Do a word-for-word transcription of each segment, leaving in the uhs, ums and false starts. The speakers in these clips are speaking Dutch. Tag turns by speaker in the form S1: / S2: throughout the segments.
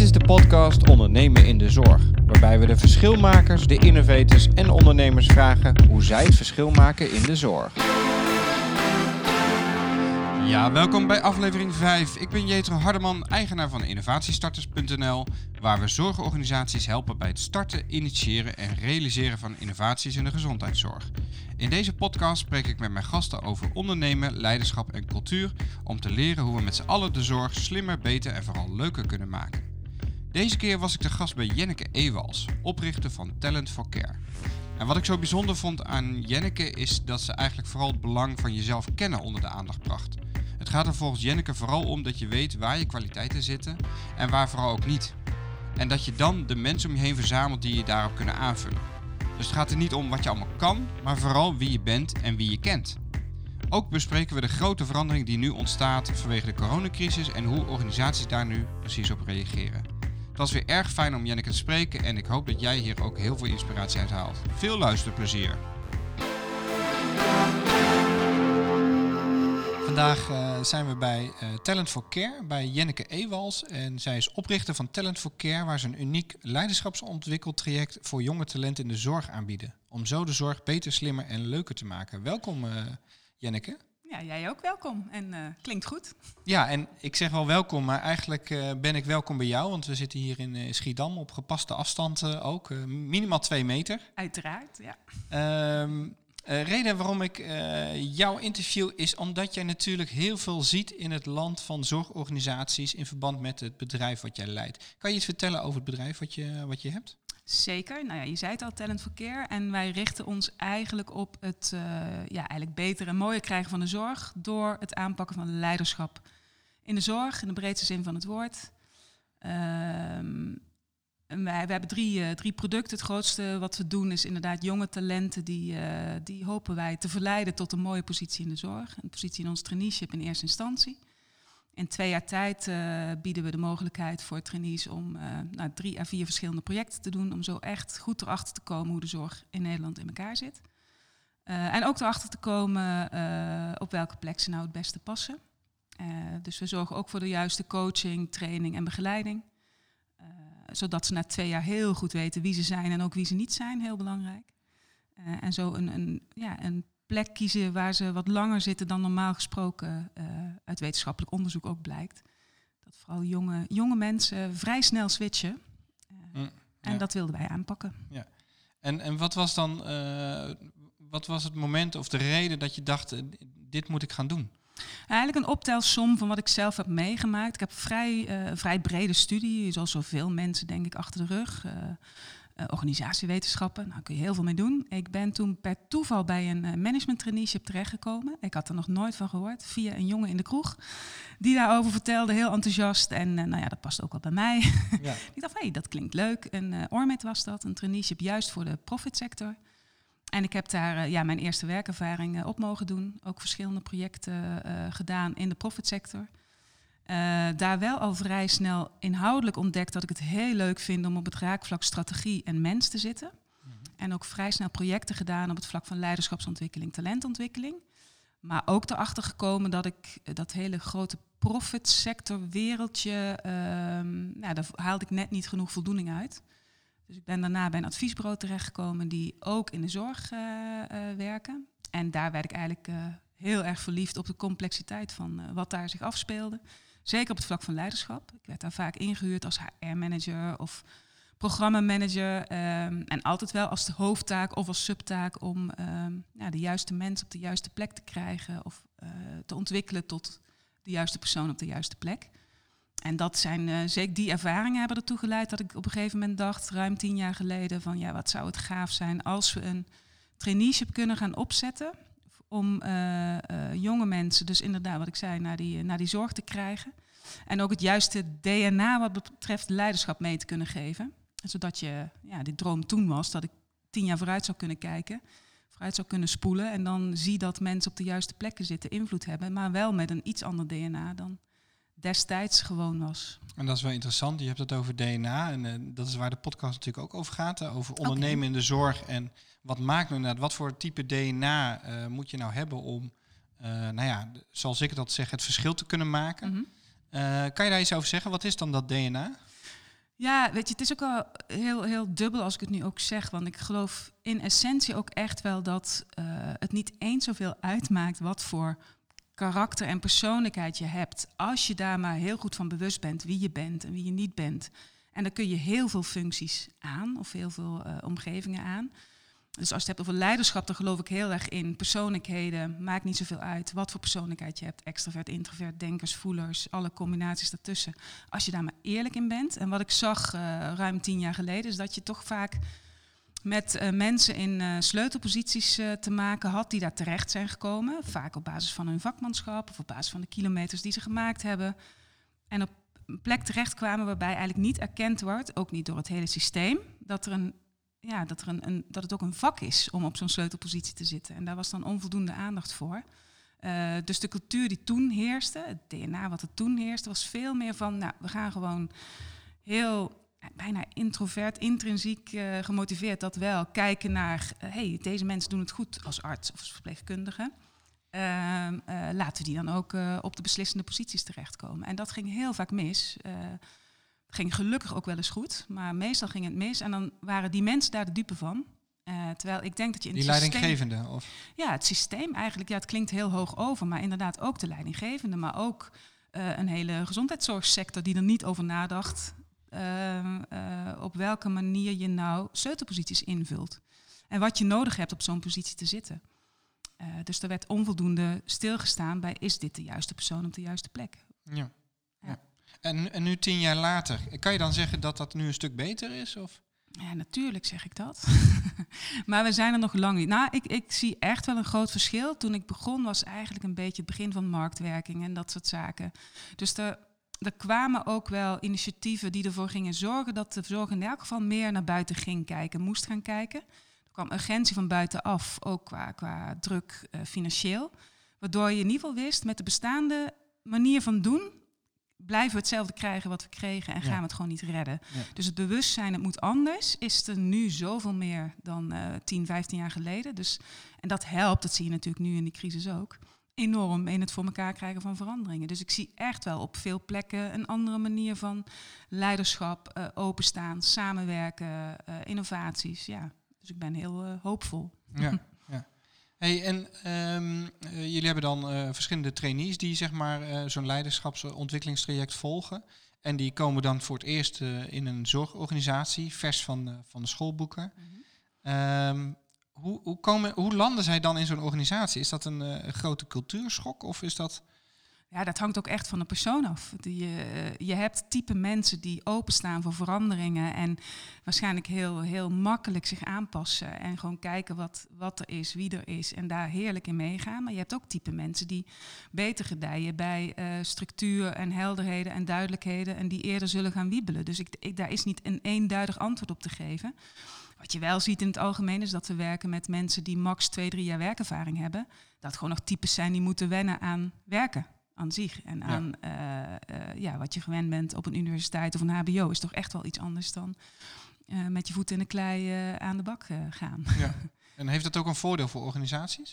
S1: is de podcast Ondernemen in de Zorg, waarbij we de verschilmakers, de innovators en ondernemers vragen hoe zij het verschil maken in de zorg.
S2: Ja, welkom bij aflevering vijf. Ik ben Jetro Hardeman, eigenaar van innovatiestarters punt n l, waar we zorgorganisaties helpen bij het starten, initiëren en realiseren van innovaties in de gezondheidszorg. In deze podcast spreek ik met mijn gasten over ondernemen, leiderschap en cultuur, om te leren hoe we met z'n allen de zorg slimmer, beter en vooral leuker kunnen maken. Deze keer was ik de gast bij Jenneke Ewals, oprichter van Talent for Care. En wat ik zo bijzonder vond aan Jenneke is dat ze eigenlijk vooral het belang van jezelf kennen onder de aandacht bracht. Het gaat er volgens Jenneke vooral om dat je weet waar je kwaliteiten zitten en waar vooral ook niet. En dat je dan de mensen om je heen verzamelt die je daarop kunnen aanvullen. Dus het gaat er niet om wat je allemaal kan, maar vooral wie je bent en wie je kent. Ook bespreken we de grote verandering die nu ontstaat vanwege de coronacrisis en hoe organisaties daar nu precies op reageren. Het was weer erg fijn om Jenneke te spreken en ik hoop dat jij hier ook heel veel inspiratie uit haalt. Veel luisterplezier! Vandaag uh, zijn we bij uh, Talent for Care, bij Jenneke Ewals. En zij is oprichter van Talent for Care, waar ze een uniek leiderschapsontwikkeltraject voor jonge talenten in de zorg aanbieden. Om zo de zorg beter, slimmer en leuker te maken. Welkom uh, Jenneke.
S3: Ja, jij ook welkom en uh, klinkt goed.
S2: Ja, en ik zeg wel welkom, maar eigenlijk uh, ben ik welkom bij jou. Want we zitten hier in uh, Schiedam op gepaste afstand uh, ook, uh, minimaal twee meter.
S3: Uiteraard, ja.
S2: Um, Uh, reden waarom ik uh, jouw interview is omdat jij natuurlijk heel veel ziet in het land van zorgorganisaties in verband met het bedrijf wat jij leidt. Kan je iets vertellen over het bedrijf wat je, wat je hebt?
S3: Zeker. Nou ja, je zei het al, Talent for Care. En wij richten ons eigenlijk op het uh, ja, eigenlijk beter en mooier krijgen van de zorg door het aanpakken van leiderschap in de zorg, in de breedste zin van het woord. Um, En wij, wij hebben drie, uh, drie producten. Het grootste wat we doen is inderdaad jonge talenten. Die, uh, die hopen wij te verleiden tot een mooie positie in de zorg. Een positie in ons traineeship in eerste instantie. In twee jaar tijd uh, bieden we de mogelijkheid voor trainees om uh, nou, drie à vier verschillende projecten te doen. Om zo echt goed erachter te komen hoe de zorg in Nederland in elkaar zit. Uh, en ook erachter te komen uh, op welke plek ze nou het beste passen. Uh, dus we zorgen ook voor de juiste coaching, training en begeleiding. Zodat ze na twee jaar heel goed weten wie ze zijn en ook wie ze niet zijn, heel belangrijk. Uh, en zo een, een, ja, een plek kiezen waar ze wat langer zitten dan normaal gesproken uh, uit wetenschappelijk onderzoek ook blijkt. Dat vooral jonge, jonge mensen vrij snel switchen. Uh, mm, ja. En dat wilden wij aanpakken.
S2: Ja. En, en wat was dan uh, wat was het moment of de reden dat je dacht, uh, dit moet ik gaan doen?
S3: Eigenlijk een optelsom van wat ik zelf heb meegemaakt. Ik heb vrij, uh, vrij brede studie, zoals zoveel mensen denk ik achter de rug. Uh, uh, organisatiewetenschappen, nou, daar kun je heel veel mee doen. Ik ben toen per toeval bij een uh, management traineeship terechtgekomen. Ik had er nog nooit van gehoord, via een jongen in de kroeg. Die daarover vertelde, heel enthousiast. En uh, nou ja, dat past ook wel bij mij. Ja. Ik dacht, hé, hey, dat klinkt leuk. Een uh, Ormet was dat, een traineeship juist voor de profitsector. En ik heb daar uh, ja, mijn eerste werkervaring uh, op mogen doen. Ook verschillende projecten uh, gedaan in de profitsector. Uh, daar wel al vrij snel inhoudelijk ontdekt dat ik het heel leuk vind om op het raakvlak strategie en mens te zitten. Mm-hmm. En ook vrij snel projecten gedaan op het vlak van leiderschapsontwikkeling, talentontwikkeling. Maar ook erachter gekomen dat ik dat hele grote profitsector wereldje, uh, nou, daar haalde ik net niet genoeg voldoening uit. Dus ik ben daarna bij een adviesbureau terechtgekomen die ook in de zorg uh, uh, werken. En daar werd ik eigenlijk uh, heel erg verliefd op de complexiteit van uh, wat daar zich afspeelde. Zeker op het vlak van leiderschap. Ik werd daar vaak ingehuurd als H R-manager of programmamanager. Um, en altijd wel als de hoofdtaak of als subtaak om um, ja, de juiste mensen op de juiste plek te krijgen. Of uh, te ontwikkelen tot de juiste persoon op de juiste plek. En dat zijn uh, zeker die ervaringen hebben ertoe geleid dat ik op een gegeven moment dacht, ruim tien jaar geleden, van ja, wat zou het gaaf zijn als we een traineeship kunnen gaan opzetten om uh, uh, jonge mensen, dus inderdaad wat ik zei, naar die, naar die zorg te krijgen. En ook het juiste D N A wat betreft leiderschap mee te kunnen geven. Zodat je, ja, die droom toen was dat ik tien jaar vooruit zou kunnen kijken, vooruit zou kunnen spoelen en dan zie dat mensen op de juiste plekken zitten, invloed hebben, maar wel met een iets ander D N A dan destijds gewoon was.
S2: En dat is wel interessant. Je hebt het over D N A en uh, dat is waar de podcast natuurlijk ook over gaat. Uh, over ondernemen okay. in de zorg en wat maakt nou inderdaad, wat voor type D N A uh, moet je nou hebben om, uh, nou ja, zoals ik het altijd zeg, het verschil te kunnen maken. Mm-hmm. Uh, kan je daar iets over zeggen? Wat is dan dat D N A?
S3: Ja, weet je, het is ook wel heel, heel dubbel als ik het nu ook zeg. Want ik geloof in essentie ook echt wel dat uh, het niet eens zoveel uitmaakt wat voor karakter en persoonlijkheid je hebt. Als je daar maar heel goed van bewust bent wie je bent en wie je niet bent. En dan kun je heel veel functies aan of heel veel uh, omgevingen aan. Dus als je het hebt over leiderschap, dan geloof ik heel erg in persoonlijkheden. Maakt niet zoveel uit wat voor persoonlijkheid je hebt. Extrovert, introvert, denkers, voelers, alle combinaties daartussen. Als je daar maar eerlijk in bent. En wat ik zag uh, ruim tien jaar geleden, is dat je toch vaak met uh, mensen in uh, sleutelposities uh, te maken had die daar terecht zijn gekomen. Vaak op basis van hun vakmanschap of op basis van de kilometers die ze gemaakt hebben. En op een plek terechtkwamen waarbij eigenlijk niet erkend wordt, ook niet door het hele systeem, dat er een Ja, dat, er een, een, dat het ook een vak is om op zo'n sleutelpositie te zitten. En daar was dan onvoldoende aandacht voor. Uh, dus de cultuur die toen heerste, het D N A wat er toen heerste, was veel meer van, nou, we gaan gewoon heel, bijna introvert, intrinsiek uh, gemotiveerd, dat wel, kijken naar, uh, hey, deze mensen doen het goed als arts of als verpleegkundige. Uh, uh, laten we die dan ook uh, op de beslissende posities terechtkomen. En dat ging heel vaak mis. Uh, ging gelukkig ook wel eens goed, maar meestal ging het mis. En dan waren die mensen daar de dupe van. Uh, terwijl ik denk dat je in
S2: die
S3: het systeem...
S2: leidinggevende? Of?
S3: Ja, het systeem eigenlijk. Ja, het klinkt heel hoog over, maar inderdaad ook de leidinggevende. Maar ook uh, een hele gezondheidszorgsector die er niet over nadacht. Uh, uh, op welke manier je nou sleutelposities invult. En wat je nodig hebt op zo'n positie te zitten. Uh, dus er werd onvoldoende stilgestaan bij, is dit de juiste persoon op de juiste plek?
S2: Ja. ja. En, en nu tien jaar later, kan je dan zeggen dat dat nu een stuk beter is? Of?
S3: Ja, natuurlijk zeg ik dat. Maar we zijn er nog lang niet. Nou, ik, ik zie echt wel een groot verschil. Toen ik begon was eigenlijk een beetje het begin van marktwerking en dat soort zaken. Dus er, er kwamen ook wel initiatieven die ervoor gingen zorgen dat de zorg in elk geval meer naar buiten ging kijken, moest gaan kijken. Er kwam urgentie van buitenaf, ook qua, qua druk uh, financieel. Waardoor je in ieder geval wist, met de bestaande manier van doen blijven we hetzelfde krijgen wat we kregen en gaan ja. we het gewoon niet redden. Ja. Dus het bewustzijn, het moet anders, is er nu zoveel meer dan uh, tien, vijftien jaar geleden. Dus, en dat helpt, dat zie je natuurlijk nu in die crisis ook, enorm in het voor elkaar krijgen van veranderingen. Dus ik zie echt wel op veel plekken een andere manier van leiderschap, uh, openstaan, samenwerken, uh, innovaties. Ja. Dus ik ben heel uh, hoopvol.
S2: Ja. Hey, en um, uh, jullie hebben dan uh, verschillende trainees die zeg maar uh, zo'n leiderschapsontwikkelingstraject volgen. En die komen dan voor het eerst uh, in een zorgorganisatie, vers van, uh, van de schoolboeken. Mm-hmm. Um, hoe, hoe, komen, hoe landen zij dan in zo'n organisatie? Is dat een uh, grote cultuurschok of is dat...
S3: Ja, dat hangt ook echt van de persoon af. Je, je hebt type mensen die openstaan voor veranderingen en waarschijnlijk heel, heel makkelijk zich aanpassen en gewoon kijken wat, wat er is, wie er is en daar heerlijk in meegaan. Maar je hebt ook type mensen die beter gedijen bij uh, structuur en helderheden en duidelijkheden en die eerder zullen gaan wiebelen. Dus ik, ik, daar is niet een eenduidig antwoord op te geven. Wat je wel ziet in het algemeen is dat we werken met mensen die max twee, drie jaar werkervaring hebben. Dat gewoon nog types zijn die moeten wennen aan werken. Aan zich en aan ja. Uh, uh, ja, wat je gewend bent op een universiteit of een H B O is toch echt wel iets anders dan uh, met je voeten in de klei uh, aan de bak uh, gaan.
S2: Ja. En heeft dat ook een voordeel voor organisaties?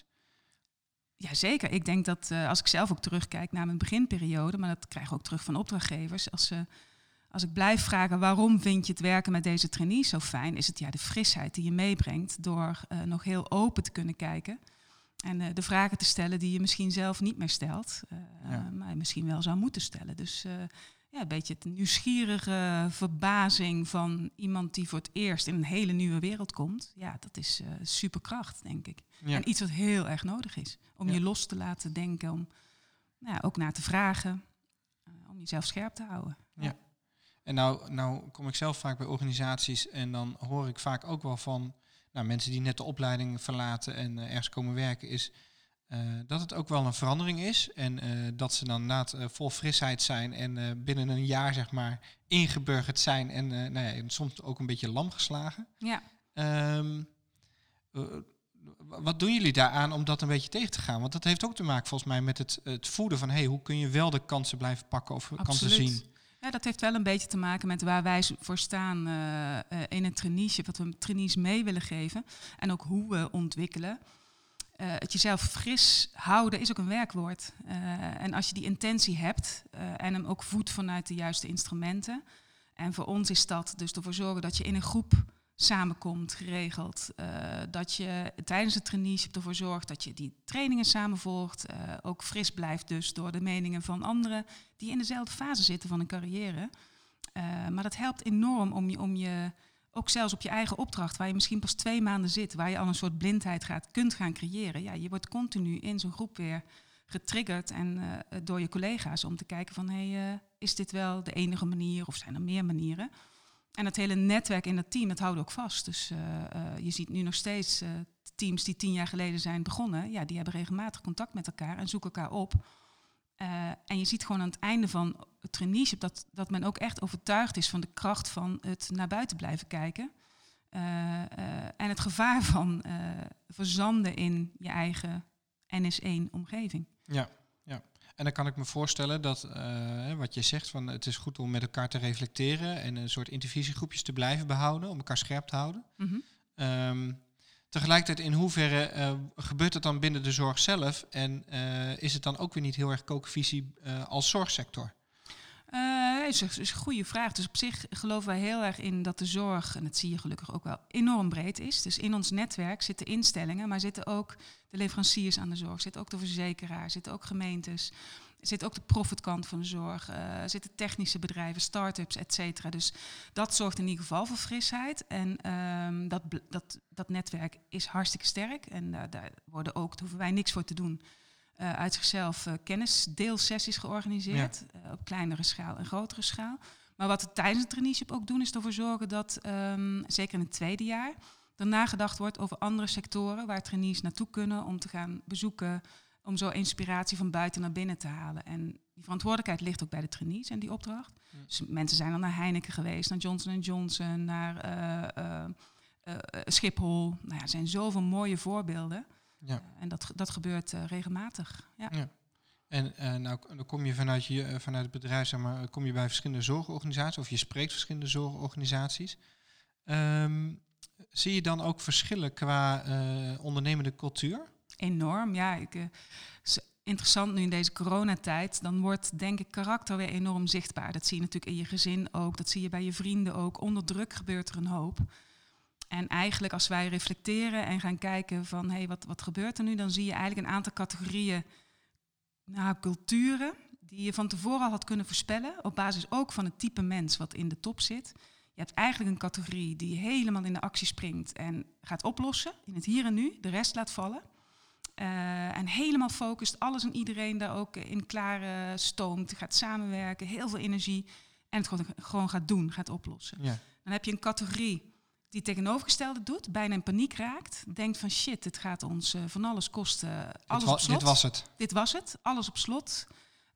S3: Ja, zeker. Ik denk dat uh, als ik zelf ook terugkijk naar mijn beginperiode, maar dat krijg ik ook terug van opdrachtgevers, als, uh, als ik blijf vragen waarom vind je het werken met deze trainees zo fijn, is het ja de frisheid die je meebrengt door uh, nog heel open te kunnen kijken. En uh, de vragen te stellen die je misschien zelf niet meer stelt, uh, ja. maar misschien wel zou moeten stellen. Dus uh, ja, een beetje het nieuwsgierige verbazing van iemand die voor het eerst in een hele nieuwe wereld komt. Ja, dat is uh, superkracht, denk ik. Ja. En iets wat heel erg nodig is. Om ja. je los te laten denken, om nou ja, ook naar te vragen, uh, om jezelf scherp te houden.
S2: Ja. Ja. En nou, nou kom ik zelf vaak bij organisaties en dan hoor ik vaak ook wel van... Nou, mensen die net de opleiding verlaten en uh, ergens komen werken, is uh, dat het ook wel een verandering is. En uh, dat ze dan inderdaad uh, vol frisheid zijn en uh, binnen een jaar zeg maar ingeburgerd zijn en, uh, nou ja, en soms ook een beetje lam geslagen.
S3: Ja.
S2: Um, uh, wat doen jullie daaraan om dat een beetje tegen te gaan? Want dat heeft ook te maken volgens mij met het, het voeden van hey, hoe kun je wel de kansen blijven pakken of
S3: Absoluut.
S2: kansen zien?
S3: Ja, dat heeft wel een beetje te maken met waar wij voor staan uh, uh, in een traineeship, wat we trainees mee willen geven en ook hoe we ontwikkelen. Uh, het jezelf fris houden is ook een werkwoord. Uh, en als je die intentie hebt uh, en hem ook voedt vanuit de juiste instrumenten En voor ons is dat dus ervoor zorgen dat je in een groep samenkomt, geregeld. Uh, dat je tijdens het traineeship ervoor zorgt dat je die trainingen samenvolgt. Uh, ook fris blijft dus door de meningen van anderen die in dezelfde fase zitten van een carrière. Uh, maar dat helpt enorm om je, om je, ook zelfs op je eigen opdracht, waar je misschien pas twee maanden zit, waar je al een soort blindheid gaat, kunt gaan creëren. Ja, je wordt continu in zo'n groep weer getriggerd en uh, door je collega's om te kijken van, hey, uh, is dit wel de enige manier of zijn er meer manieren? En het hele netwerk in dat team, dat houdt ook vast. Dus uh, uh, je ziet nu nog steeds uh, teams die tien jaar geleden zijn begonnen, ja, die hebben regelmatig contact met elkaar en zoeken elkaar op. Uh, en je ziet gewoon aan het einde van het traineeship dat, dat men ook echt overtuigd is van de kracht van het naar buiten blijven kijken. Uh, uh, en het gevaar van uh, verzanden in je eigen N S één omgeving.
S2: Ja, ja. En dan kan ik me voorstellen dat, uh, wat je zegt, van het is goed om met elkaar te reflecteren en een soort intervisiegroepjes te blijven behouden, om elkaar scherp te houden. Mm-hmm. Um, tegelijkertijd, in hoeverre uh, gebeurt het dan binnen de zorg zelf en uh, is het dan ook weer niet heel erg kookvisie uh, als zorgsector?
S3: Uh, dat is, een, is een goede vraag. Dus op zich geloven wij heel erg in dat de zorg, en dat zie je gelukkig ook wel, enorm breed is. Dus in ons netwerk zitten instellingen, maar zitten ook de leveranciers aan de zorg, zitten ook de verzekeraar, zitten ook gemeentes, zit ook de profitkant van de zorg, uh, zitten technische bedrijven, start-ups, et cetera. Dus dat zorgt in ieder geval voor frisheid. En um, dat, dat, dat netwerk is hartstikke sterk. En uh, daar worden ook, daar hoeven wij niks voor te doen, Uh, uit zichzelf uh, kennisdeelsessies georganiseerd. Ja. Uh, op kleinere schaal en grotere schaal. Maar wat we tijdens het traineeship ook doen, is ervoor zorgen dat, um, zeker in het tweede jaar, er nagedacht wordt over andere sectoren waar trainees naartoe kunnen om te gaan bezoeken, om zo inspiratie van buiten naar binnen te halen. En die verantwoordelijkheid ligt ook bij de trainees en die opdracht. Ja. Dus mensen zijn dan naar Heineken geweest, naar Johnson en Johnson, naar uh, uh, uh, Schiphol. Nou ja, er zijn zoveel mooie voorbeelden. Ja. Uh, en dat, dat gebeurt uh, regelmatig. Ja.
S2: Ja. En uh, nou, dan kom je vanuit, je, uh, vanuit het bedrijf, zeg maar, kom je bij verschillende zorgorganisaties of je spreekt verschillende zorgorganisaties. Um, zie je dan ook verschillen qua uh, ondernemende cultuur?
S3: Enorm, ja. Ik, uh, is interessant nu in deze coronatijd. Dan wordt, denk ik, karakter weer enorm zichtbaar. Dat zie je natuurlijk in je gezin ook. Dat zie je bij je vrienden ook. Onder druk gebeurt er een hoop. En eigenlijk als wij reflecteren en gaan kijken van, hé, hey, wat, wat gebeurt er nu? Dan zie je eigenlijk een aantal categorieën, nou, culturen die je van tevoren al had kunnen voorspellen. Op basis ook van het type mens wat in de top zit. Je hebt eigenlijk een categorie die helemaal in de actie springt en gaat oplossen. In het hier en nu, de rest laat vallen. Uh, en helemaal focust, alles en iedereen daar ook in klaar uh, stoomt. Gaat samenwerken, heel veel energie. En het gewoon, gewoon gaat doen, gaat oplossen. Ja. Dan heb je een categorie die het tegenovergestelde doet, bijna in paniek raakt. Denkt van shit, dit gaat ons uh, van alles kosten. Alles
S2: dit, wa-
S3: op slot.
S2: dit was het.
S3: Dit was het, alles op slot.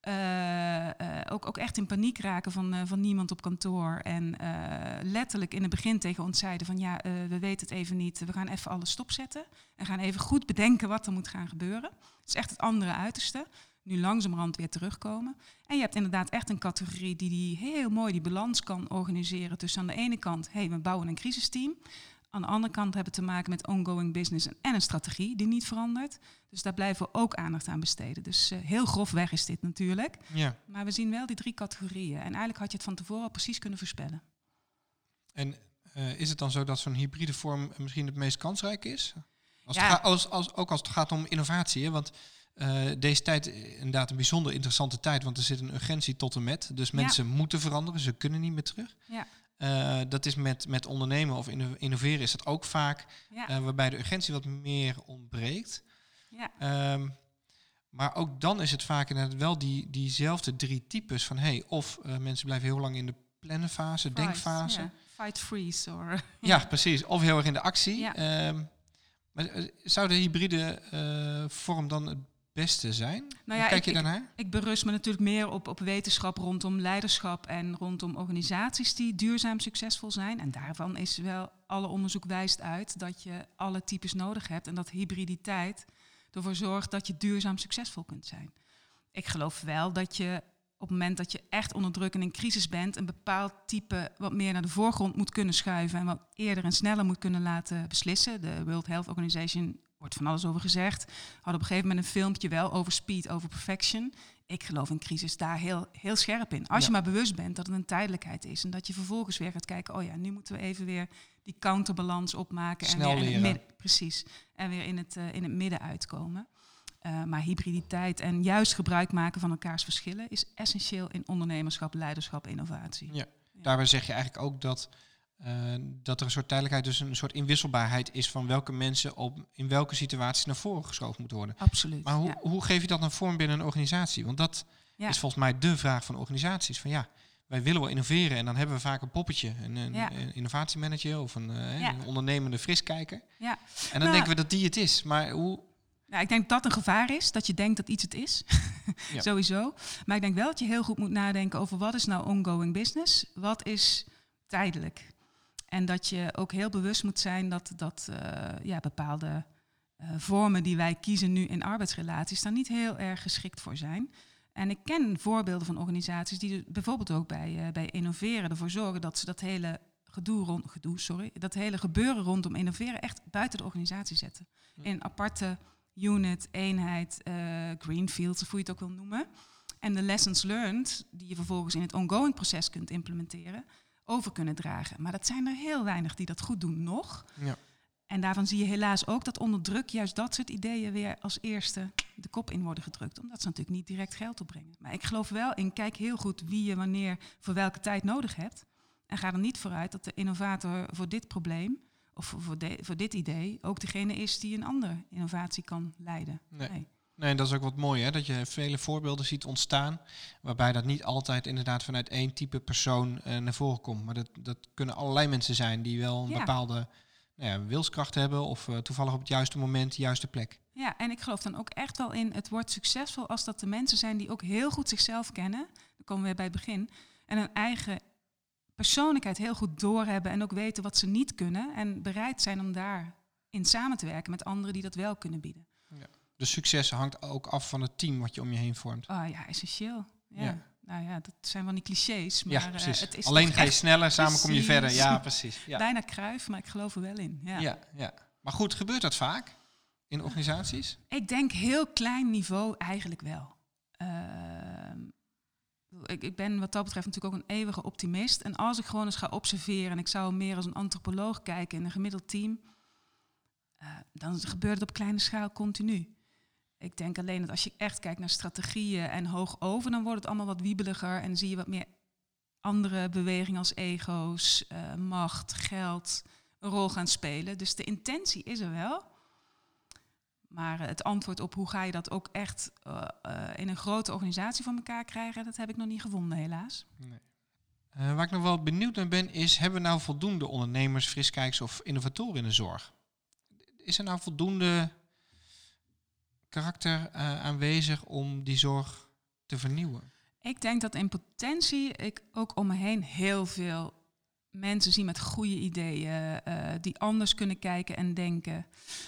S3: Uh, uh, ook, ook echt in paniek raken van, uh, van niemand op kantoor. En uh, letterlijk in het begin tegen ons zeiden van ja, uh, we weten het even niet. We gaan even alles stopzetten. En gaan even goed bedenken wat er moet gaan gebeuren. Het is echt het andere uiterste. Nu langzamerhand weer terugkomen. En je hebt inderdaad echt een categorie die, die heel mooi die balans kan organiseren. Tussen aan de ene kant, hé, hey, we bouwen een crisisteam. Aan de andere kant hebben we te maken met ongoing business en een strategie die niet verandert. Dus daar blijven we ook aandacht aan besteden. Dus uh, heel grofweg is dit natuurlijk. Ja. Maar we zien wel die drie categorieën. En eigenlijk had je het van tevoren al precies kunnen voorspellen.
S2: En uh, is het dan zo dat zo'n hybride vorm misschien het meest kansrijk is? Als
S3: ja.
S2: het ga- als, als, ook als het gaat om innovatie, hè? Want Uh, deze tijd is inderdaad een bijzonder interessante tijd, want er zit een urgentie tot en met. Dus mensen ja. moeten veranderen, ze kunnen niet meer terug. Ja. Uh, dat is met, met ondernemen of innoveren is dat ook vaak, ja. uh, waarbij de urgentie wat meer ontbreekt. Ja. Um, maar ook dan is het vaak inderdaad wel die, diezelfde drie types van hey, of uh, mensen blijven heel lang in de plannenfase, Fight, denkfase.
S3: Yeah. Fight, freeze. Or, yeah.
S2: Ja, precies. Of heel erg in de actie. Ja. Um, maar uh, zou de hybride uh, vorm dan het beste zijn? Nou ja, Hoe kijk
S3: ik,
S2: je daarnaar?
S3: Ik, ik berust me natuurlijk meer op, op wetenschap rondom leiderschap en rondom organisaties die duurzaam succesvol zijn. En daarvan is wel, alle onderzoek wijst uit dat je alle types nodig hebt en dat hybriditeit ervoor zorgt dat je duurzaam succesvol kunt zijn. Ik geloof wel dat je op het moment dat je echt onder druk en in crisis bent, een bepaald type wat meer naar de voorgrond moet kunnen schuiven en wat eerder en sneller moet kunnen laten beslissen. De World Health Organization wordt van alles over gezegd. Had op een gegeven moment een filmpje wel over speed, over perfection. ik geloof in crisis daar heel, heel scherp in. Als
S1: Ja.
S3: je maar bewust bent dat het een tijdelijkheid is. En dat je vervolgens weer gaat kijken, oh ja, nu moeten we even weer die counterbalans opmaken.
S1: Snel
S3: en weer in het
S1: leren.
S3: midden, precies. En weer in het, uh, in het midden uitkomen. Uh, maar hybriditeit en juist gebruik maken van elkaars verschillen is essentieel in ondernemerschap, leiderschap, innovatie.
S1: Ja. Daarbij zeg je eigenlijk ook dat, uh, dat er een soort tijdelijkheid, dus een soort inwisselbaarheid is van welke mensen op in welke situaties naar voren geschoven moeten worden.
S3: Absoluut.
S1: Maar hoe,
S3: ja.
S1: hoe geef je dat een vorm binnen een organisatie? Want dat
S3: Ja.
S1: is volgens mij de vraag van organisaties. Van ja, wij willen wel innoveren en dan hebben we vaak een poppetje, een, een,
S3: Ja.
S1: een innovatiemanager of een, uh,
S3: Ja.
S1: een ondernemende friskijker.
S3: Ja.
S1: En dan
S3: Nou,
S1: denken we dat die het is. Maar hoe...
S3: Ja, ik denk dat dat een gevaar is, dat je denkt dat iets het is.
S1: Ja.
S3: Sowieso. Maar ik denk wel dat je heel goed moet nadenken over wat is nou ongoing business, wat is tijdelijk. En dat je ook heel bewust moet zijn dat, dat uh, ja, bepaalde uh, vormen die wij kiezen nu in arbeidsrelaties daar niet heel erg geschikt voor zijn. En ik ken voorbeelden van organisaties die bijvoorbeeld ook bij, uh, bij innoveren ervoor zorgen dat ze dat hele gedoe rond, gedoe, sorry, dat hele gebeuren rondom innoveren echt buiten de organisatie zetten. In een aparte unit, eenheid, uh, greenfields, of hoe je het ook wil noemen. En de lessons learned, die je vervolgens in het ongoing proces kunt implementeren, over kunnen dragen. Maar dat zijn er heel weinig die dat goed doen nog.
S1: Ja.
S3: En daarvan zie je helaas ook dat onder druk juist dat soort ideeën weer als eerste de kop in worden gedrukt. Omdat ze natuurlijk niet direct geld opbrengen. Maar ik geloof wel in, kijk heel goed wie je wanneer voor welke tijd nodig hebt. En ga er niet vooruit dat de innovator voor dit probleem of voor, de, voor dit idee ook degene is die een andere innovatie kan leiden.
S1: Nee.
S3: Nee.
S1: Nee, dat is ook wat mooi, hè? Dat je vele voorbeelden ziet ontstaan, waarbij dat niet altijd inderdaad vanuit één type persoon uh, naar voren komt. Maar dat, dat kunnen allerlei mensen zijn die wel een
S3: Ja.
S1: bepaalde nou ja, wilskracht hebben of uh, toevallig op het juiste moment, de juiste plek.
S3: Ja, en ik geloof dan ook echt wel in, het wordt succesvol als dat de mensen zijn die ook heel goed zichzelf kennen. Dan komen we weer bij het begin. En hun eigen persoonlijkheid heel goed doorhebben en ook weten wat ze niet kunnen. En bereid zijn om daarin samen te werken met anderen die dat wel kunnen bieden.
S1: Ja. Dus succes hangt ook af van het team wat je om je heen vormt.
S3: Oh ja, essentieel. Ja.
S1: Ja.
S3: Nou ja, dat zijn wel die clichés. Maar
S1: Ja,
S3: uh,
S1: precies.
S3: het is
S1: Alleen
S3: toch
S1: ga je
S3: echt
S1: sneller, samen kom je
S3: precies.
S1: verder. Ja, precies. Ja.
S3: bijna Cruijff, maar ik geloof er wel in. Ja.
S1: Ja, ja. Maar goed, gebeurt dat vaak in organisaties?
S3: Ik denk heel klein niveau eigenlijk wel. Uh, ik, ik ben wat dat betreft natuurlijk ook een eeuwige optimist. En als ik gewoon eens ga observeren en ik zou meer als een antropoloog kijken in een gemiddeld team, uh, dan gebeurt het op kleine schaal continu. Ik denk alleen dat als je echt kijkt naar strategieën en hoog over, dan wordt het allemaal wat wiebeliger en zie je wat meer andere bewegingen als ego's, uh, macht, geld een rol gaan spelen. Dus de intentie is er wel. Maar uh, het antwoord op hoe ga je dat ook echt uh, uh, in een grote organisatie voor elkaar krijgen, dat heb ik nog niet gevonden, helaas.
S1: Nee. Uh, waar ik nog wel benieuwd naar ben, is hebben we nou voldoende ondernemers, friskijkers of innovatoren in de zorg? Is er nou voldoende karakter uh, aanwezig om die zorg te vernieuwen?
S3: Ik denk dat in potentie ik ook om me heen heel veel mensen zie met goede ideeën, uh, die anders kunnen kijken en denken.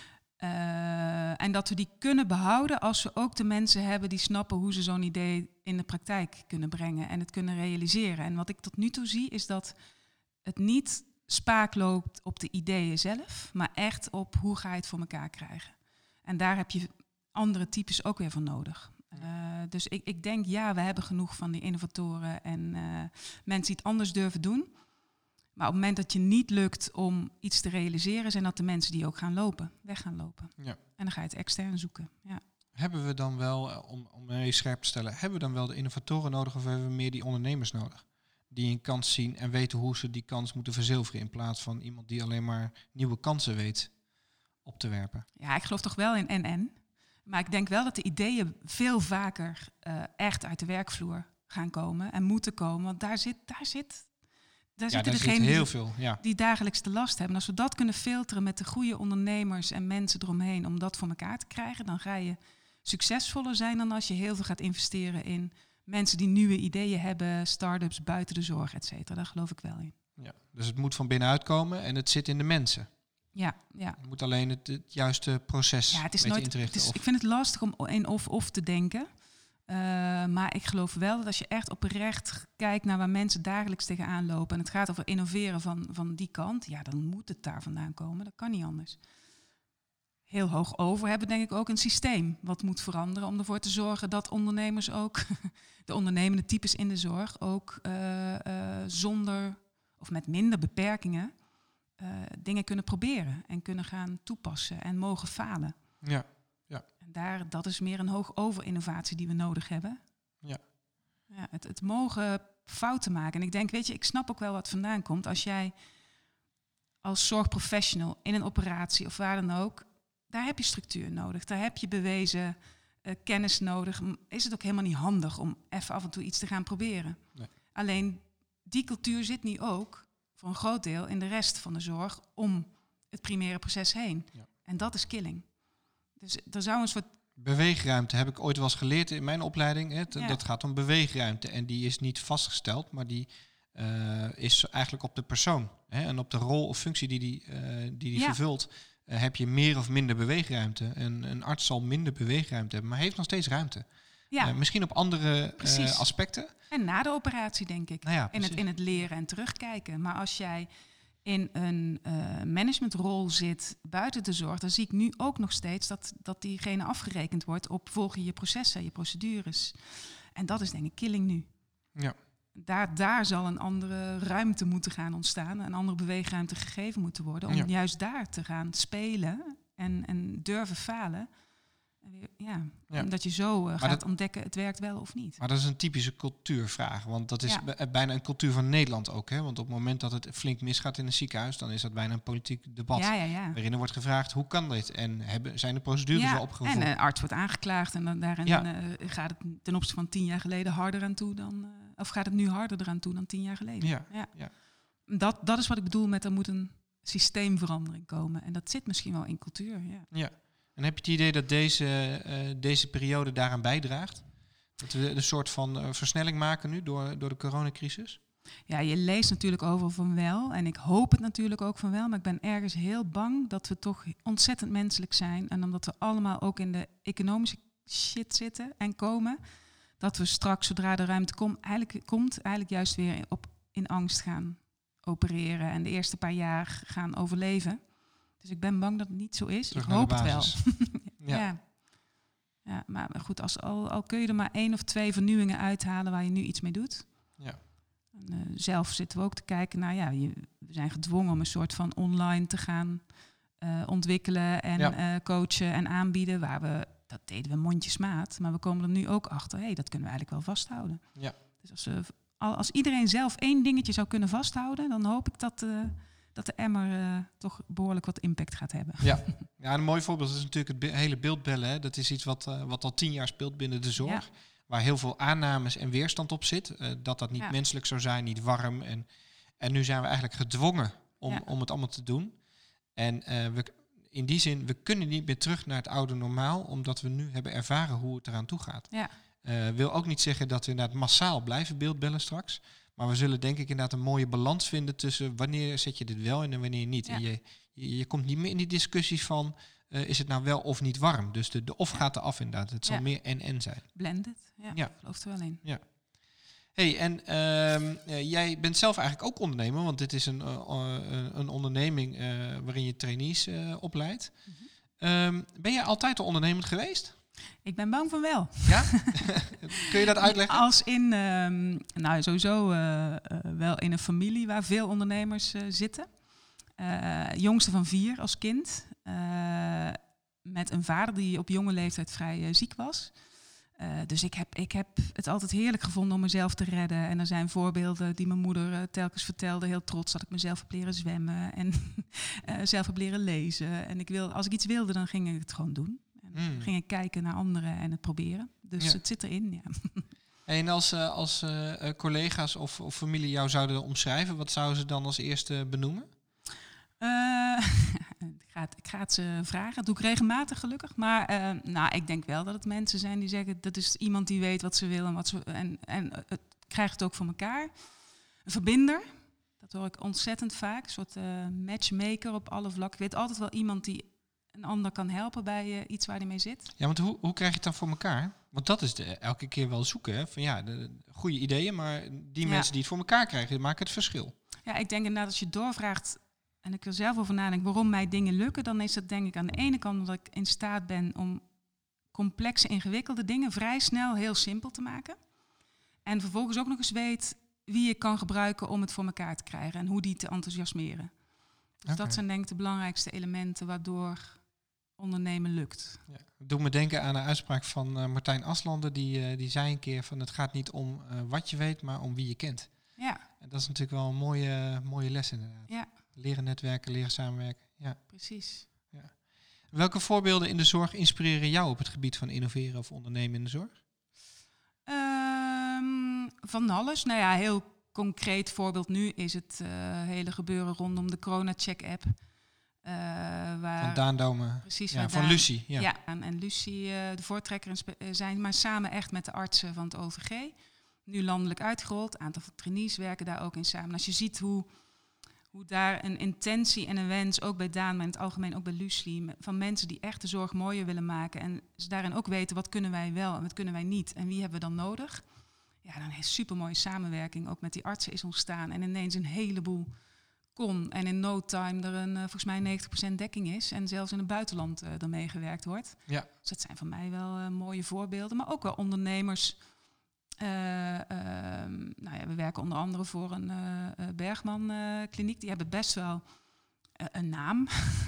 S3: Uh, en dat we die kunnen behouden als we ook de mensen hebben die snappen hoe ze zo'n idee in de praktijk kunnen brengen en het kunnen realiseren. En wat ik tot nu toe zie is dat het niet spaak loopt op de ideeën zelf, maar echt op hoe ga je het voor elkaar krijgen. En daar heb je andere types ook weer voor nodig. Uh, dus ik, ik denk, ja, we hebben genoeg van die innovatoren en uh, mensen die het anders durven doen. Maar op het moment dat je niet lukt om iets te realiseren, zijn dat de mensen die ook gaan lopen, weg gaan lopen.
S1: Ja.
S3: En dan ga je het extern zoeken. Ja.
S1: Hebben we dan wel, om, om even scherp te stellen, hebben we dan wel de innovatoren nodig of hebben we meer die ondernemers nodig? Die een kans zien en weten hoe ze die kans moeten verzilveren in plaats van iemand die alleen maar nieuwe kansen weet op te werpen.
S3: Ja, ik geloof toch wel in en-en. Maar ik denk wel dat de ideeën veel vaker uh, echt uit de werkvloer gaan komen en moeten komen. Want daar zit, daar zit, daar
S1: ja,
S3: zitten
S1: daar
S3: degenen
S1: zit heel
S3: die,
S1: veel, ja.
S3: die dagelijks de last hebben. En als we dat kunnen filteren met de goede ondernemers en mensen eromheen om dat voor elkaar te krijgen, dan ga je succesvoller zijn dan als je heel veel gaat investeren in mensen die nieuwe ideeën hebben, start-ups buiten de zorg, et cetera. Daar geloof ik wel in.
S1: Ja, dus het moet van binnenuit komen en het zit in de mensen.
S3: Ja, ja.
S1: Je moet alleen het, het juiste proces
S3: Ja, het is
S1: een beetje
S3: nooit,
S1: inrichten.
S3: het is,
S1: of...
S3: ik vind het lastig om in of-of te denken. Uh, maar ik geloof wel dat als je echt oprecht kijkt naar waar mensen dagelijks tegenaan lopen, en het gaat over innoveren van, van die kant, ja, dan moet het daar vandaan komen. Dat kan niet anders. heel hoog over hebben, denk ik ook een systeem wat moet veranderen om ervoor te zorgen dat ondernemers ook, de ondernemende types in de zorg, ook uh, uh, zonder of met minder beperkingen uh, dingen kunnen proberen en kunnen gaan toepassen en mogen falen.
S1: Ja, ja.
S3: En daar, dat is meer een hoog over innovatie die we nodig hebben.
S1: Ja.
S3: Ja, het, het mogen fouten maken. En ik denk, weet je, ik snap ook wel wat vandaan komt. Als jij als zorgprofessional in een operatie of waar dan ook, daar heb je structuur nodig. Daar heb je bewezen uh, kennis nodig. Is het ook helemaal niet handig om even af en toe iets te gaan proberen. Nee. Alleen die cultuur zit nu ook voor een groot deel in de rest van de zorg om het primaire proces heen. Ja. En dat is killing. Dus er zou een soort...
S1: Beweegruimte heb ik ooit wel eens geleerd in mijn opleiding. Hè. T-
S3: Ja.
S1: Dat gaat om beweegruimte. En die is niet vastgesteld, maar die uh, is eigenlijk op de persoon. Hè. En op de rol of functie die die, uh, die, die
S3: Ja.
S1: vervult, uh, heb je meer of minder beweegruimte. En een arts zal minder beweegruimte hebben, maar heeft nog steeds ruimte.
S3: Ja.
S1: Uh, misschien op andere uh, aspecten.
S3: En na de operatie, denk ik.
S1: Nou ja,
S3: in, het, in het leren en terugkijken. Maar als jij in een uh, managementrol zit buiten de zorg, dan zie ik nu ook nog steeds dat, dat diegene afgerekend wordt op volg je je processen, je procedures. En dat is denk ik killing nu.
S1: Ja.
S3: Daar, daar zal een andere ruimte moeten gaan ontstaan, een andere beweegruimte gegeven moeten worden, om
S1: Ja.
S3: juist daar te gaan spelen en, en durven falen. En weer, ja,
S1: Ja.
S3: en dat je zo uh, gaat
S1: dat,
S3: ontdekken, het werkt wel of niet.
S1: Maar dat is een typische cultuurvraag. Want dat is
S3: Ja.
S1: b- bijna een cultuur van Nederland ook. Hè? Want op het moment dat het flink misgaat in een ziekenhuis, dan is dat bijna een politiek debat.
S3: Ja, ja, ja.
S1: Waarin er wordt gevraagd, hoe kan dit? En hebben, zijn de procedures
S3: Ja,
S1: al opgevolgd?
S3: en een arts wordt aangeklaagd en dan daarin
S1: Ja.
S3: uh, gaat het ten opzichte van tien jaar geleden harder aan toe dan, uh, of gaat het nu harder eraan toe dan tien jaar geleden?
S1: Ja, ja.
S3: Dat, dat is wat ik bedoel met er moet een systeemverandering komen. En dat zit misschien wel in cultuur. Ja.
S1: Ja. En heb je het idee dat deze, uh, deze periode daaraan bijdraagt? Dat we een soort van uh, versnelling maken nu door, door de coronacrisis?
S3: Ja, je leest natuurlijk overal van wel. En ik hoop het natuurlijk ook van wel. Maar ik ben ergens heel bang dat we toch ontzettend menselijk zijn. En omdat we allemaal ook in de economische shit zitten en komen, dat we straks, zodra de ruimte kom, eigenlijk, komt, eigenlijk juist weer op, in angst gaan opereren. En de eerste paar jaar gaan overleven. Dus ik ben bang dat het niet zo is.
S1: Terug
S3: ik
S1: naar
S3: hoop
S1: de
S3: het wel.
S1: basis. Ja.
S3: ja. Ja, maar goed, als, al, al kun je er maar één of twee vernieuwingen uithalen waar je nu iets mee doet.
S1: Ja.
S3: En, uh, zelf zitten we ook te kijken naar, ja, je, we zijn gedwongen om een soort van online te gaan uh, ontwikkelen en
S1: Ja.
S3: uh, coachen en aanbieden. Waar we, dat deden we mondjesmaat, maar we komen er nu ook achter, hé, hey, dat kunnen we eigenlijk wel vasthouden.
S1: Ja.
S3: Dus als, we, als iedereen zelf één dingetje zou kunnen vasthouden, dan hoop ik dat, uh, dat de emmer uh, toch behoorlijk wat impact gaat hebben.
S1: Ja. Ja, een mooi voorbeeld is natuurlijk het be- hele beeldbellen. Hè. Dat is iets wat, uh, wat al tien jaar speelt binnen de zorg. Ja. Waar heel veel aannames en weerstand op zit. Uh, dat dat niet ja. menselijk zou zijn, niet warm. En, en nu zijn we eigenlijk gedwongen om, ja. om het allemaal te doen. En uh, we, in die zin, we kunnen niet meer terug naar het oude normaal, omdat we nu hebben ervaren hoe het eraan toe gaat.
S3: Ja.
S1: Uh, wil ook niet zeggen dat we inderdaad massaal blijven beeldbellen straks. Maar we zullen denk ik inderdaad een mooie balans vinden tussen wanneer zet je dit wel in en wanneer niet. Ja. En je, je, je komt niet meer in die discussies van, uh, is het nou wel of niet warm? Dus de, de of ja. gaat er af inderdaad. Het zal ja. meer en-en zijn.
S3: Blended, ja, ja. geloof er wel in.
S1: Ja. Hey, en uh, uh, jij bent zelf eigenlijk ook ondernemer, want dit is een, uh, uh, een onderneming uh, waarin je trainees uh, opleidt. Mm-hmm. Um, ben jij altijd al ondernemend geweest?
S3: Ik ben bang van wel.
S1: Ja? Kun je dat uitleggen?
S3: Als in, um, nou sowieso uh, uh, wel in een familie waar veel ondernemers uh, zitten. Uh, jongste van vier als kind. Uh, met een vader die op jonge leeftijd vrij uh, ziek was. Uh, dus ik heb, ik heb het altijd heerlijk gevonden om mezelf te redden. En er zijn voorbeelden die mijn moeder uh, telkens vertelde. Heel trots dat ik mezelf heb leren zwemmen. En uh, zelf heb leren lezen. En ik wil, als ik iets wilde, dan ging ik het gewoon doen. Mm. Ging ik kijken naar anderen en het proberen. Dus ja. het zit erin, ja.
S1: En als, uh, als uh, collega's of, of familie jou zouden omschrijven, wat zouden ze dan als eerste benoemen?
S3: Uh, ik, ga het, ik ga het ze vragen. Dat doe ik regelmatig gelukkig. Maar uh, nou, ik denk wel dat het mensen zijn die zeggen, dat is iemand die weet wat ze wil en wat ze en, en het krijgt het ook voor elkaar. Een verbinder. Dat hoor ik ontzettend vaak. Een soort uh, matchmaker op alle vlakken. Ik weet altijd wel iemand die een ander kan helpen bij uh, iets waar hij mee zit.
S1: Ja, want hoe, hoe krijg je het dan voor elkaar? Want dat is de, elke keer wel zoeken. Hè? Van ja, de, de goede ideeën, maar die ja. mensen die het voor elkaar krijgen, maken het verschil.
S3: Ja, ik denk inderdaad als je doorvraagt en ik er zelf over nadenk waarom mij dingen lukken, dan is dat denk ik aan de ene kant dat ik in staat ben om complexe, ingewikkelde dingen vrij snel heel simpel te maken. En vervolgens ook nog eens weet wie je kan gebruiken om het voor elkaar te krijgen en hoe die te enthousiasmeren. Dus
S1: Okay.
S3: dat zijn denk ik de belangrijkste elementen waardoor ondernemen lukt.
S1: Ja. Het doet me denken aan een uitspraak van uh, Martijn Aslander. Die, uh, die zei een keer van het gaat niet om uh, wat je weet, maar om wie je kent.
S3: Ja.
S1: En dat is natuurlijk wel een mooie, mooie les inderdaad.
S3: Ja.
S1: Leren netwerken, leren samenwerken. Ja.
S3: Precies.
S1: Ja. Welke voorbeelden in de zorg inspireren jou op het gebied van innoveren of ondernemen in de zorg?
S3: Um, van alles. Nou ja, heel concreet voorbeeld nu is het uh, hele gebeuren rondom de corona-check-app. Uh, waar
S1: Van Daan Domen.
S3: Precies,
S1: ja, van
S3: Daan,
S1: Lucie. Ja,
S3: ja en, en Lucie uh, de voortrekker zijn, maar samen echt met de artsen van het O V G. Nu landelijk uitgerold. Een aantal trainees werken daar ook in samen. En als je ziet hoe, hoe daar een intentie en een wens, ook bij Daan, maar in het algemeen ook bij Lucie, van mensen die echt de zorg mooier willen maken. En ze daarin ook weten wat kunnen wij wel en wat kunnen wij niet. En wie hebben we dan nodig? Ja, dan een supermooie samenwerking ook met die artsen is ontstaan. En ineens een heleboel kon. En in no time er een, uh, volgens mij negentig procent dekking is. En zelfs in het buitenland uh, er meegewerkt wordt.
S1: Ja.
S3: Dus dat zijn voor mij wel uh, mooie voorbeelden. Maar ook wel ondernemers. Uh, uh, nou ja, we werken onder andere voor een uh, Bergman uh, kliniek. Die hebben best wel uh, een naam.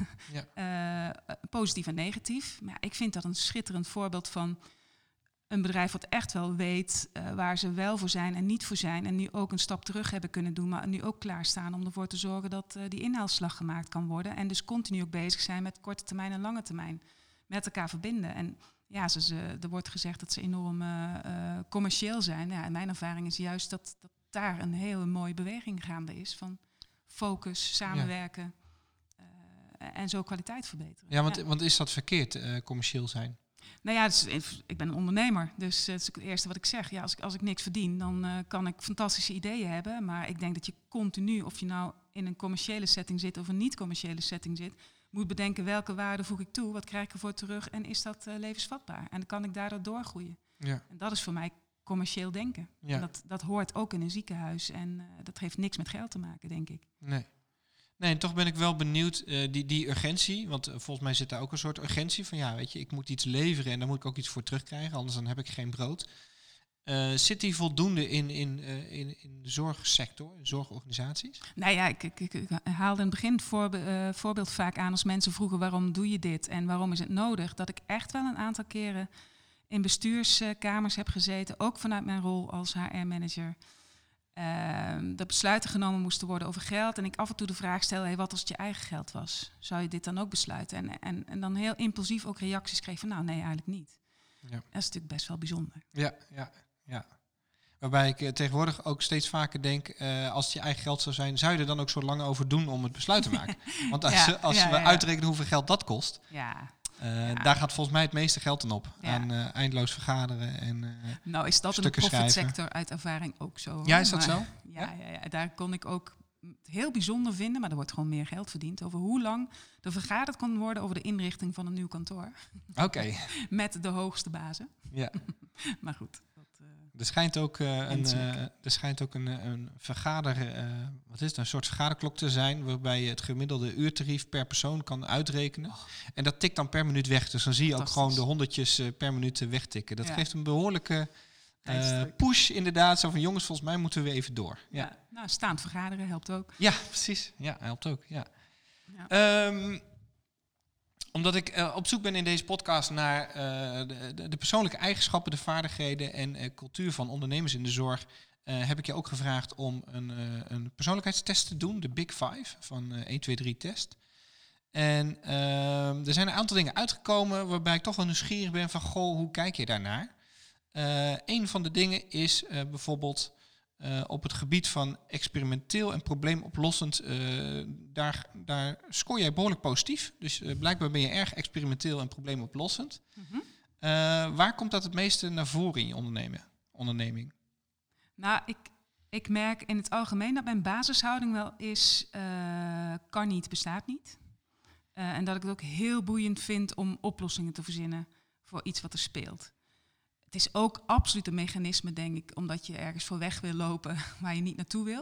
S3: Ja. uh, positief en negatief. Maar ja, ik vind dat een schitterend voorbeeld van een bedrijf wat echt wel weet uh, waar ze wel voor zijn en niet voor zijn. En nu ook een stap terug hebben kunnen doen, maar nu ook klaarstaan om ervoor te zorgen dat uh, die inhaalslag gemaakt kan worden. En dus continu ook bezig zijn met korte termijn en lange termijn. Met elkaar verbinden. En ja, ze, ze, er wordt gezegd dat ze enorm uh, uh, commercieel zijn. Ja, en mijn ervaring is juist dat, dat daar een hele mooie beweging gaande is. Van focus, samenwerken ja. uh, en zo kwaliteit verbeteren.
S1: Ja, want,
S3: ja.
S1: want is dat verkeerd, uh, commercieel zijn?
S3: Nou ja, dus, ik ben een ondernemer, dus dat is het eerste wat ik zeg. Ja, als, ik, als ik niks verdien, dan uh, kan ik fantastische ideeën hebben. Maar ik denk dat je continu, of je nou in een commerciële setting zit of een niet-commerciële setting zit, moet bedenken welke waarde voeg ik toe, wat krijg ik ervoor terug en is dat uh, levensvatbaar? En dan kan ik daardoor doorgroeien. Ja. En dat is voor mij commercieel denken. Ja. En dat, dat hoort ook in een ziekenhuis en uh, dat heeft niks met geld te maken, denk ik.
S1: Nee. Nee, en toch ben ik wel benieuwd, uh, die, die urgentie, want uh, volgens mij zit daar ook een soort urgentie van, ja, weet je, ik moet iets leveren en daar moet ik ook iets voor terugkrijgen, anders dan heb ik geen brood. Uh, zit die voldoende in, in, uh, in, in de zorgsector, in zorgorganisaties?
S3: Nou ja, ik, ik, ik haalde in het begin het voorbe- uh, voorbeeld vaak aan als mensen vroegen waarom doe je dit en waarom is het nodig, dat ik echt wel een aantal keren in bestuurskamers heb gezeten, ook vanuit mijn rol als H R-manager. Uh, dat besluiten genomen moesten worden over geld. En ik af en toe de vraag stelde, hey, wat als het je eigen geld was? Zou je dit dan ook besluiten? En, en, en dan heel impulsief ook reacties kreeg van, nou nee, eigenlijk niet. Ja. Dat is natuurlijk best wel bijzonder.
S1: Ja, ja, ja. Waarbij ik uh, tegenwoordig ook steeds vaker denk, uh, als het je eigen geld zou zijn, zou je er dan ook zo lang over doen om het besluit te maken? Want als, ja, als ja, we ja, uitrekenen ja. hoeveel geld dat kost,
S3: ja.
S1: Uh, ja. daar gaat volgens mij het meeste geld dan op. Ja. Aan uh, eindeloos vergaderen en uh,
S3: nou, is dat in de profitsector uit ervaring ook zo?
S1: Ja, is dat
S3: maar,
S1: zo?
S3: Ja, ja? Ja, ja, daar kon ik ook heel bijzonder vinden, maar er wordt gewoon meer geld verdiend over hoe lang er vergaderd kon worden over de inrichting van een nieuw kantoor.
S1: Oké. Okay.
S3: Met de hoogste bazen.
S1: Ja.
S3: Maar goed. Dat, uh,
S1: er schijnt ook uh, een, uh, er schijnt ook een, een vergader, uh, wat is het, een soort vergaderklok te zijn, waarbij je het gemiddelde uurtarief per persoon kan uitrekenen. Oh. En dat tikt dan per minuut weg. Dus dan zie je ook gewoon de honderdjes uh, per minuut wegtikken. Dat ja. geeft een behoorlijke uh, push inderdaad. Zo van jongens, volgens mij moeten we even door. Ja.
S3: Ja. Nou, staand vergaderen helpt ook.
S1: Ja, precies. Ja, helpt ook. Ja. Ja. Um, omdat ik uh, op zoek ben in deze podcast naar uh, de, de, de persoonlijke eigenschappen, de vaardigheden en uh, cultuur van ondernemers in de zorg, uh, heb ik je ook gevraagd om een, uh, een persoonlijkheidstest te doen, de Big Five van uh, één, twee, drie test. En uh, er zijn een aantal dingen uitgekomen waarbij ik toch wel nieuwsgierig ben van, goh, hoe kijk je daarnaar? Uh, een van de dingen is uh, bijvoorbeeld Uh, op het gebied van experimenteel en probleemoplossend, uh, daar, daar scoor jij behoorlijk positief. Dus uh, blijkbaar ben je erg experimenteel en probleemoplossend. Mm-hmm. Uh, waar komt dat het meeste naar voren in je ondernemen, onderneming?
S3: Nou, ik, ik merk in het algemeen dat mijn basishouding wel is, uh, kan niet, bestaat niet. Uh, en dat ik het ook heel boeiend vind om oplossingen te verzinnen voor iets wat er speelt. Het is ook absoluut een mechanisme, denk ik, omdat je ergens voor weg wil lopen waar je niet naartoe wil.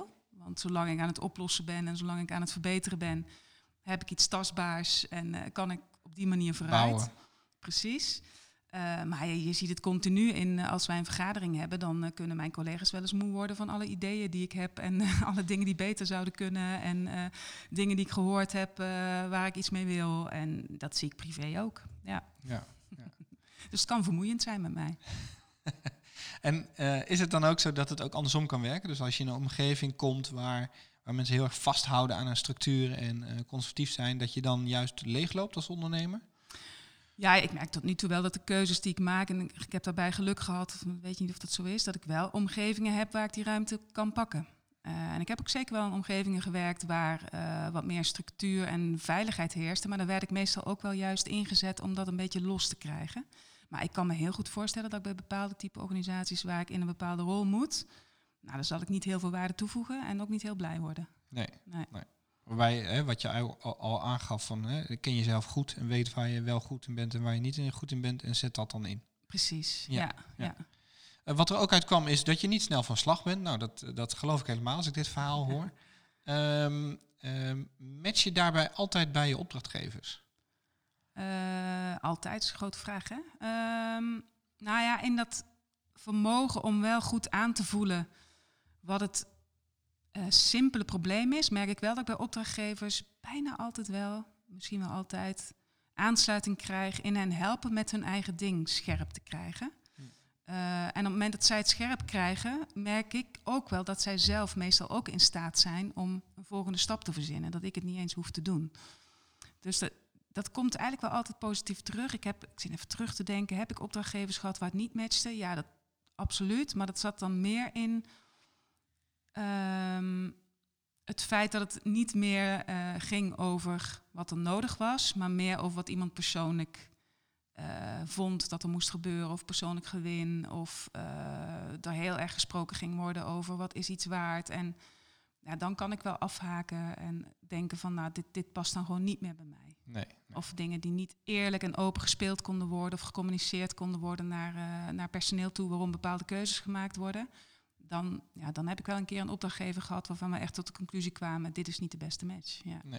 S3: Want zolang ik aan het oplossen ben en zolang ik aan het verbeteren ben, heb ik iets tastbaars en uh, kan ik op die manier vooruit.
S1: Bouwen.
S3: Precies. Uh, maar je, je ziet het continu in, uh, als wij een vergadering hebben, dan uh, kunnen mijn collega's wel eens moe worden van alle ideeën die ik heb en uh, alle dingen die beter zouden kunnen en uh, dingen die ik gehoord heb uh, waar ik iets mee wil. En dat zie ik privé ook. Ja.
S1: Ja, ja.
S3: Dus het kan vermoeiend zijn met mij.
S1: En uh, is het dan ook zo dat het ook andersom kan werken? Dus als je in een omgeving komt waar, waar mensen heel erg vasthouden aan een structuur en uh, conservatief zijn, dat je dan juist leegloopt als ondernemer?
S3: Ja, ik merk tot nu toe wel dat de keuzes die ik maak, en ik heb daarbij geluk gehad, weet je niet of dat zo is, dat ik wel omgevingen heb waar ik die ruimte kan pakken. Uh, en ik heb ook zeker wel in omgevingen gewerkt waar uh, wat meer structuur en veiligheid heerste, maar daar werd ik meestal ook wel juist ingezet om dat een beetje los te krijgen. Maar ik kan me heel goed voorstellen dat ik bij bepaalde type organisaties waar ik in een bepaalde rol moet, nou, dan zal ik niet heel veel waarde toevoegen en ook niet heel blij worden.
S1: Nee,
S3: nee.
S1: nee. Waarbij, hè, wat je al, al aangaf, van, hè, ken jezelf goed en weet waar je wel goed in bent en waar je niet goed in bent en zet dat dan in.
S3: Precies, ja. ja, ja.
S1: ja. Uh, wat er ook uit kwam is dat je niet snel van slag bent. Nou, dat, dat geloof ik helemaal als ik dit verhaal hoor. Um, um, match je daarbij altijd bij je opdrachtgevers?
S3: Uh, altijd, is een grote vraag, hè? Um, nou ja, in dat vermogen om wel goed aan te voelen wat het uh, simpele probleem is, merk ik wel dat ik bij opdrachtgevers bijna altijd wel, misschien wel altijd, aansluiting krijg in hen helpen met hun eigen ding scherp te krijgen. Uh, en op het moment dat zij het scherp krijgen, merk ik ook wel dat zij zelf meestal ook in staat zijn om een volgende stap te verzinnen. Dat ik het niet eens hoef te doen. Dus dat, dat komt eigenlijk wel altijd positief terug. Ik heb, ik zit even terug te denken, heb ik opdrachtgevers gehad waar het niet matchte? Ja, dat absoluut. Maar dat zat dan meer in um, het feit dat het niet meer uh, ging over wat er nodig was, maar meer over wat iemand persoonlijk Uh, vond dat er moest gebeuren, of persoonlijk gewin, of uh, er heel erg gesproken ging worden over wat is iets waard. En ja, dan kan ik wel afhaken en denken van, nou, dit, dit past dan gewoon niet meer bij mij.
S1: Nee, nee.
S3: Of dingen die niet eerlijk en open gespeeld konden worden of gecommuniceerd konden worden naar, uh, naar personeel toe waarom bepaalde keuzes gemaakt worden. Dan, ja, dan heb ik wel een keer een opdrachtgever gehad waarvan we echt tot de conclusie kwamen, dit is niet de beste match. Ja.
S1: Nee.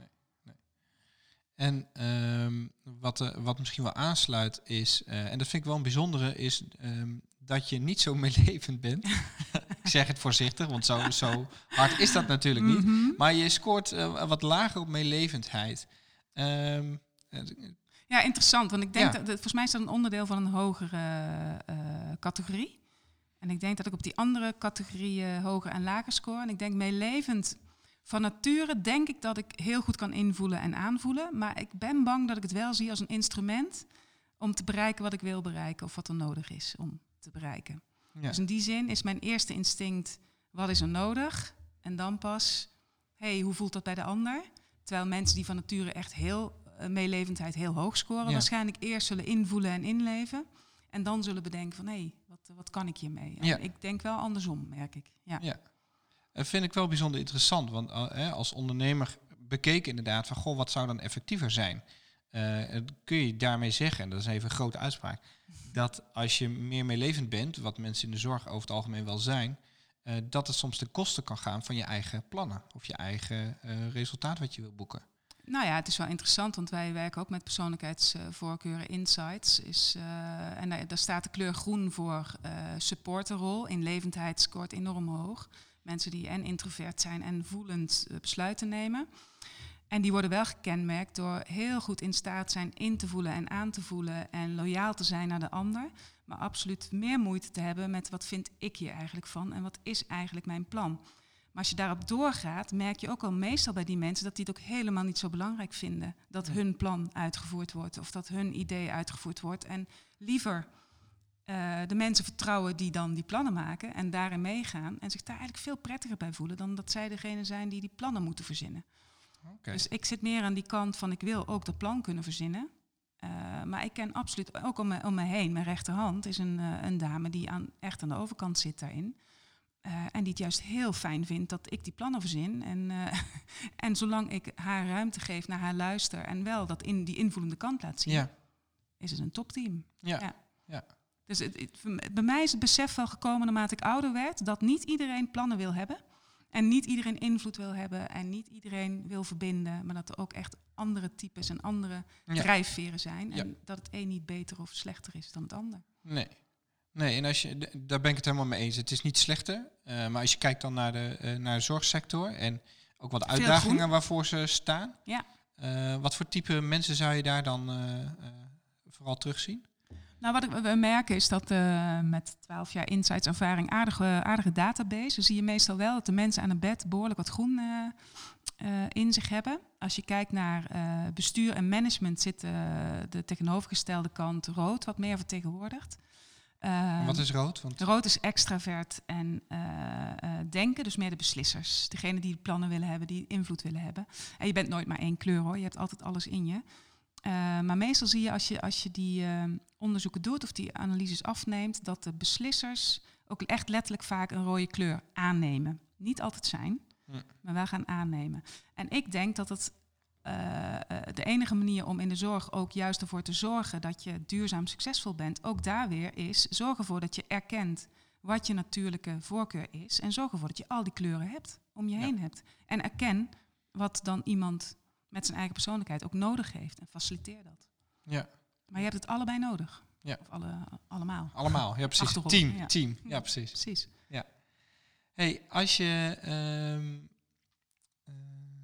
S1: En um, wat, uh, wat misschien wel aansluit is, uh, en dat vind ik wel een bijzondere, is um, dat je niet zo meelevend bent. Ik zeg het voorzichtig, want zo, zo hard is dat natuurlijk niet. Mm-hmm. Maar je scoort uh, wat lager op meelevendheid. Um, uh,
S3: ja, interessant, want ik denk ja. dat, dat volgens mij is dat een onderdeel van een hogere uh, categorie. En ik denk dat ik op die andere categorieën hoger en lager score. En ik denk meelevend. Van nature denk ik dat ik heel goed kan invoelen en aanvoelen. Maar ik ben bang dat ik het wel zie als een instrument om te bereiken wat ik wil bereiken. Of wat er nodig is om te bereiken. Ja. Dus in die zin is mijn eerste instinct, wat is er nodig? En dan pas, hey, hoe voelt dat bij de ander? Terwijl mensen die van nature echt heel uh, meelevendheid heel hoog scoren, ja. waarschijnlijk eerst zullen invoelen en inleven. En dan zullen bedenken van, hé, hey, wat, wat kan ik hiermee? Ja. Ik denk wel andersom, merk ik. Ja.
S1: ja. Dat vind ik wel bijzonder interessant, want uh, als ondernemer bekeken inderdaad van, goh, wat zou dan effectiever zijn? Uh, kun je daarmee zeggen, en dat is even een grote uitspraak, dat als je meer meelevend bent, wat mensen in de zorg over het algemeen wel zijn, uh, dat het soms ten koste kan gaan van je eigen plannen of je eigen uh, resultaat wat je wil boeken.
S3: Nou ja, het is wel interessant, want wij werken ook met persoonlijkheidsvoorkeuren, insights. Is, uh, en daar, daar staat de kleur groen voor uh, supporterrol. Inlevendheid scoort enorm hoog. Mensen die en introvert zijn en voelend uh, besluiten nemen. En die worden wel gekenmerkt door heel goed in staat zijn in te voelen en aan te voelen en loyaal te zijn naar de ander. Maar absoluut meer moeite te hebben met wat vind ik hier eigenlijk van en wat is eigenlijk mijn plan. Maar als je daarop doorgaat, merk je ook al meestal bij die mensen dat die het ook helemaal niet zo belangrijk vinden. Dat hun plan uitgevoerd wordt of dat hun idee uitgevoerd wordt. En liever uh, de mensen vertrouwen die dan die plannen maken en daarin meegaan. En zich daar eigenlijk veel prettiger bij voelen dan dat zij degene zijn die die plannen moeten verzinnen. Okay. Dus ik zit meer aan die kant van ik wil ook dat plan kunnen verzinnen. Uh, maar ik ken absoluut ook om me, om me heen, mijn rechterhand is een, uh, een dame die aan, echt aan de overkant zit daarin. Uh, en die het juist heel fijn vindt dat ik die plannen verzin. En, uh, en zolang ik haar ruimte geef, naar haar luister en wel dat in die invoelende kant laat zien, ja. is het een topteam.
S1: Ja. Ja. Ja.
S3: Dus het, het, bij mij is het besef wel gekomen naarmate ik ouder werd, dat niet iedereen plannen wil hebben. En niet iedereen invloed wil hebben en niet iedereen wil verbinden, maar dat er ook echt andere types en andere
S1: Ja.
S3: drijfveren zijn.
S1: Ja.
S3: En dat het een niet beter of slechter is dan het ander.
S1: Nee. Nee, en als je, d- daar ben ik het helemaal mee eens. Het is niet slechter. Uh, maar als je kijkt dan naar de, uh, naar de zorgsector en ook wat
S3: Veel
S1: uitdagingen
S3: groen.
S1: waarvoor ze staan.
S3: Ja.
S1: Uh, wat voor type mensen zou je daar dan uh, uh, vooral terugzien?
S3: Nou, wat ik, we merken is dat uh, met twaalf jaar insights ervaring aardige, aardige database. Dan zie je meestal wel dat de mensen aan het bed behoorlijk wat groen uh, uh, in zich hebben. Als je kijkt naar uh, bestuur en management zit uh, de tegenovergestelde kant rood wat meer vertegenwoordigd. Uh,
S1: wat is rood? Want
S3: rood is extravert en uh, uh, denken, dus meer de beslissers. Degene die plannen willen hebben, die invloed willen hebben. En je bent nooit maar één kleur hoor, je hebt altijd alles in je. Uh, maar meestal zie je als je, als je die uh, onderzoeken doet of die analyses afneemt, dat de beslissers ook echt letterlijk vaak een rode kleur aannemen. Niet altijd zijn, hm. maar wel gaan aannemen. En ik denk dat het uh, uh, de enige manier om in de zorg ook juist ervoor te zorgen dat je duurzaam succesvol bent, ook daar weer is, zorg ervoor dat je erkent wat je natuurlijke voorkeur is en zorg ervoor dat je al die kleuren hebt, om je ja. heen hebt. En erken wat dan iemand met zijn eigen persoonlijkheid ook nodig heeft en faciliteer dat.
S1: Ja.
S3: Maar je hebt het allebei nodig.
S1: Ja.
S3: Of alle, allemaal.
S1: Allemaal, ja precies.
S3: Achterop,
S1: team,
S3: ja.
S1: team. Ja, precies.
S3: Precies.
S1: Ja. Hey, als je... Um, uh,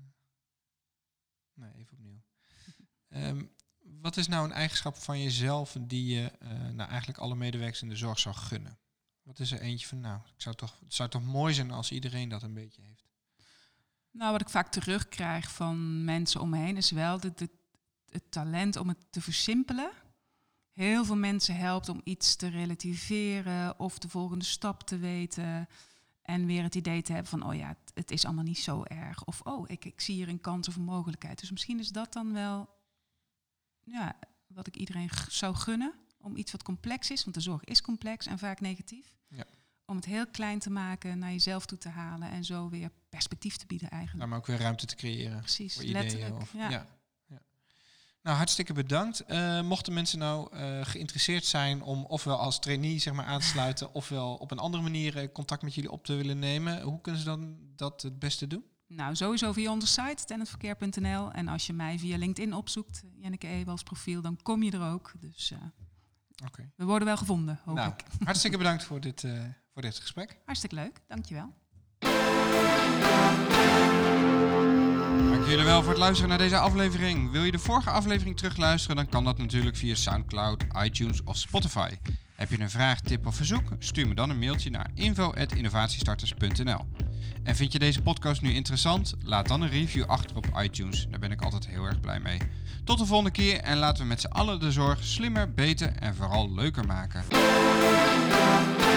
S1: nee, even opnieuw. um, wat is nou een eigenschap van jezelf die je uh, nou eigenlijk alle medewerkers in de zorg zou gunnen? Wat is er eentje van, nou, ik zou toch, het zou toch mooi zijn als iedereen dat een beetje heeft?
S3: Nou, wat ik vaak terugkrijg van mensen om me heen is wel de, de, het talent om het te versimpelen. Heel veel mensen helpt om iets te relativeren of de volgende stap te weten. En weer het idee te hebben van, oh ja, het, het is allemaal niet zo erg. Of, oh, ik, ik zie hier een kans of een mogelijkheid. Dus misschien is dat dan wel ja, wat ik iedereen g- zou gunnen. Om iets wat complex is, want de zorg is complex en vaak negatief.
S1: Ja.
S3: Om het heel klein te maken, naar jezelf toe te halen en zo weer perspectief te bieden eigenlijk.
S1: Nou, maar ook weer ruimte te creëren.
S3: Precies,
S1: voor
S3: letterlijk.
S1: Ideeën of,
S3: ja.
S1: Ja, ja. Nou, hartstikke bedankt. Uh, mochten mensen nou uh, geïnteresseerd zijn om ofwel als trainee zeg maar, aan te sluiten, ofwel op een andere manier uh, contact met jullie op te willen nemen, hoe kunnen ze dan dat het beste doen?
S3: Nou, sowieso via onze site, tenetverkeer punt n l. En als je mij via LinkedIn opzoekt, Jenneke Ewals profiel, dan kom je er ook. Dus uh, okay. we worden wel gevonden, hoop
S1: nou,
S3: ik.
S1: Hartstikke bedankt voor dit, uh, voor dit gesprek.
S3: Hartstikke leuk, dankjewel.
S2: Dank jullie wel voor het luisteren naar deze aflevering. Wil je de vorige aflevering terugluisteren, dan kan dat natuurlijk via Soundcloud, iTunes of Spotify. Heb je een vraag, tip of verzoek? Stuur me dan een mailtje naar info at innovatiestarters punt n l. En vind je deze podcast nu interessant? Laat dan een review achter op iTunes. Daar ben ik altijd heel erg blij mee. Tot de volgende keer en laten we met z'n allen de zorg slimmer, beter en vooral leuker maken.